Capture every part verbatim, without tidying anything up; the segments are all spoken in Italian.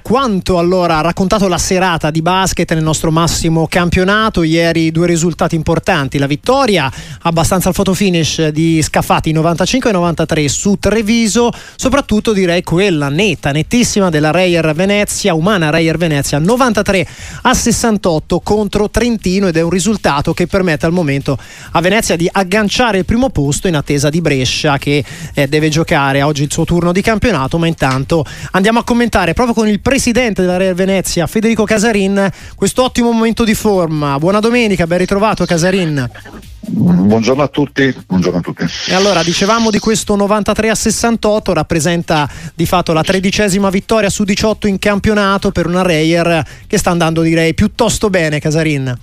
quanto allora ha raccontato la serata di basket nel nostro massimo campionato. Ieri due risultati importanti: la vittoria abbastanza al fotofinish di Scafati novantacinque a novantatré su Treviso, soprattutto direi quella netta, nettissima della Reyer Venezia, umana Reyer Venezia, novantatré a sessantotto contro Trentino, ed è un risultato che permette al momento a Venezia di agganciare il primo posto in attesa di Brescia, che eh, deve giocare oggi il suo turno di campionato. Ma intanto andiamo a commentare proprio con il presidente della Reyer Venezia, Federico Casarin, questo ottimo momento di forma. Buona domenica, ben ritrovato Casarin. Buongiorno a tutti, buongiorno a tutti. E allora, dicevamo di questo novantatré a sessantotto, rappresenta di fatto la tredicesima vittoria su diciotto in campionato per una Reyer che sta andando, direi, piuttosto bene, Casarin.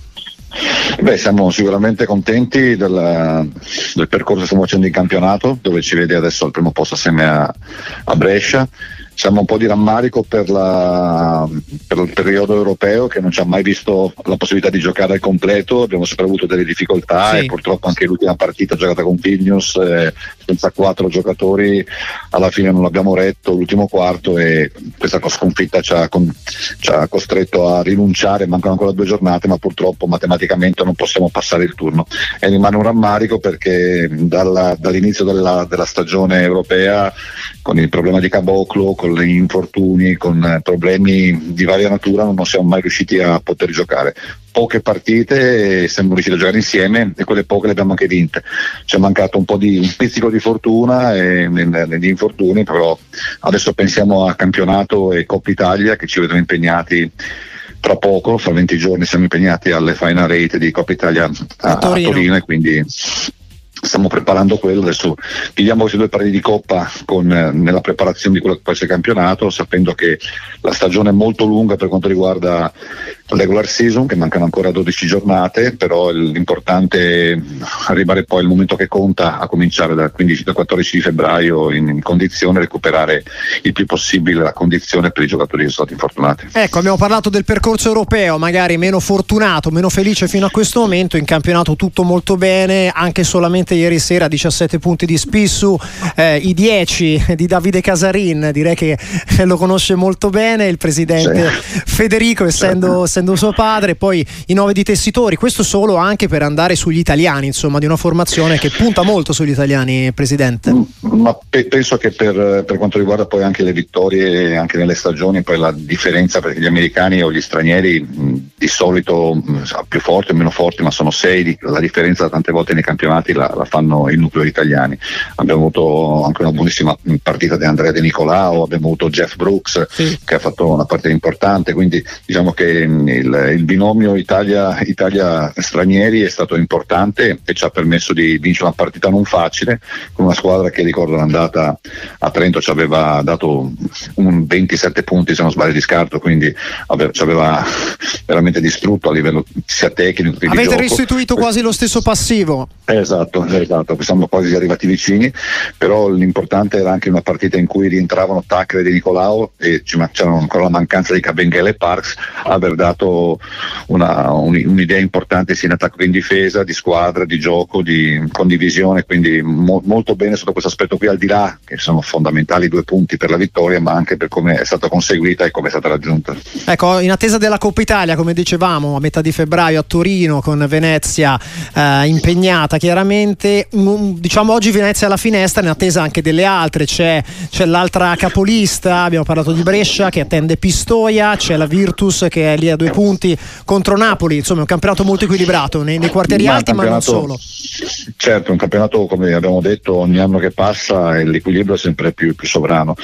Beh, siamo sicuramente contenti del, del percorso che stiamo facendo in campionato, dove ci vede adesso al primo posto assieme a, a Brescia. Siamo un po' di rammarico per, la, per il periodo europeo, che non ci ha mai visto la possibilità di giocare al completo. Abbiamo sempre avuto delle difficoltà, sì. E purtroppo anche l'ultima partita giocata con Vilnius eh, senza quattro giocatori alla fine non l'abbiamo retto l'ultimo quarto, e questa sconfitta ci ha, con, ci ha costretto a rinunciare. Mancano ancora due giornate, ma purtroppo matematicamente non possiamo passare il turno, e rimane un rammarico perché dalla, dall'inizio della, della stagione europea, con il problema di Caboclo, con gli infortuni, con problemi di varia natura, non siamo mai riusciti a poter giocare. Poche partite siamo riusciti a giocare insieme, e quelle poche le abbiamo anche vinte. Ci è mancato un po' di un pizzico di fortuna e negli infortuni, però adesso pensiamo a campionato e Coppa Italia, che ci vedono impegnati tra poco. Fra venti giorni siamo impegnati alle final eight di Coppa Italia a, a, Torino. a Torino, e quindi stiamo preparando quello. Adesso pigliamo queste due partite di Coppa con, eh, nella preparazione di quello che può essere il campionato, sapendo che la stagione è molto lunga per quanto riguarda la regular season, che mancano ancora dodici giornate, però l'importante è arrivare poi al momento che conta, a cominciare dal quindici al quattordici di febbraio in, in condizione di recuperare il più possibile la condizione per i giocatori che sono stati infortunati. Ecco, abbiamo parlato del percorso europeo, magari meno fortunato, meno felice fino a questo momento. In campionato tutto molto bene, anche solamente ieri sera diciassette punti di Spissu, eh, i dieci di Davide Casarin, direi che lo conosce molto bene il presidente, sì. Federico, essendo, certo. essendo suo padre, poi i nove di Tessitori. Questo solo anche per andare sugli italiani, insomma, di una formazione che punta molto sugli italiani, presidente. Ma pe- penso che per, per quanto riguarda poi anche le vittorie anche nelle stagioni, poi la differenza, perché gli americani o gli stranieri mh, di solito mh, più forti o meno forti, ma sono sei, la differenza tante volte nei campionati la, la fanno il nucleo italiani. Abbiamo avuto anche una buonissima partita di Andrea De Nicolao, abbiamo avuto Jeff Brooks, sì. che ha fatto una partita importante, quindi diciamo che il, il binomio Italia, Italia stranieri è stato importante e ci ha permesso di vincere una partita non facile con una squadra che, ricordo, l'andata a Trento ci aveva dato un ventisette punti se non sbaglio di scarto, quindi ave, ci aveva veramente distrutto a livello sia tecnico che di avete gioco. restituito quasi lo stesso passivo. Esatto, esatto, siamo quasi arrivati vicini, però l'importante era anche una partita in cui rientravano Tucker e De Nicolao, e c'era ancora la mancanza di Kabengele e Parks, aver dato una, un, un'idea importante sia in attacco che in difesa, di squadra, di gioco, di condivisione, quindi mo, molto bene sotto questo aspetto qui, al di là che sono fondamentali due punti per la vittoria, ma anche per come è stata conseguita e come è stata raggiunta. Ecco, in attesa della Coppa Italia, come dicevamo, a metà di febbraio a Torino, con Venezia eh, impegnata chiaramente, um, diciamo oggi Venezia alla finestra, in attesa anche delle altre. C'è, c'è l'altra capolista, abbiamo parlato di Brescia che attende Pistoia, c'è la Virtus che è lì a due punti contro Napoli. Insomma, è un campionato molto equilibrato nei, nei quartieri ma alti, ma non solo. Certo, un campionato, come abbiamo detto, ogni anno che passa l'equilibrio è sempre più, più sovrano.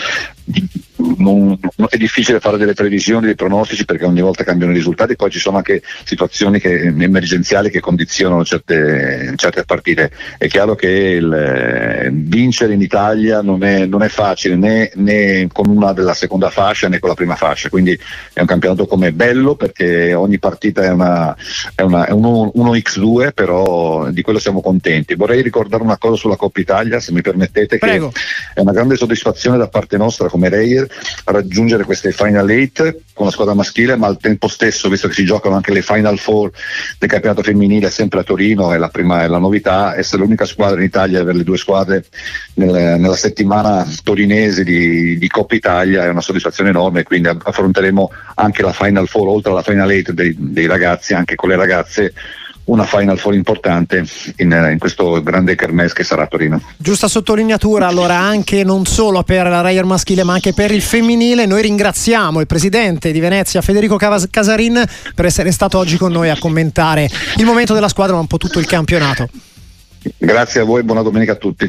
Non, non è difficile fare delle previsioni, dei pronostici, perché ogni volta cambiano i risultati, poi ci sono anche situazioni che, emergenziali che condizionano certe, certe partite. È chiaro che il, eh, vincere in Italia non è, non è facile, né, né con una della seconda fascia né con la prima fascia, quindi è un campionato come bello, perché ogni partita è, una, è, una, è uno, uno a due, però di quello siamo contenti. Vorrei ricordare una cosa sulla Coppa Italia, se mi permettete. Prego. Che è una grande soddisfazione da parte nostra come Reyer raggiungere queste Final Eight con la squadra maschile, ma al tempo stesso, visto che si giocano anche le Final Four del campionato femminile sempre a Torino, è la prima è la novità, essere l'unica squadra in Italia, avere le due squadre nel, nella settimana torinese di, di Coppa Italia è una soddisfazione enorme, quindi affronteremo anche la Final Four, oltre alla Final Eight dei, dei ragazzi, anche con le ragazze una Final Four importante in, in questo grande kermesse che sarà a Torino. Giusta sottolineatura allora anche non solo per la Ryder maschile ma anche per il femminile. Noi ringraziamo il presidente di Venezia Federico Casarin per essere stato oggi con noi a commentare il momento della squadra ma un po' tutto il campionato. Grazie a voi e buona domenica a tutti.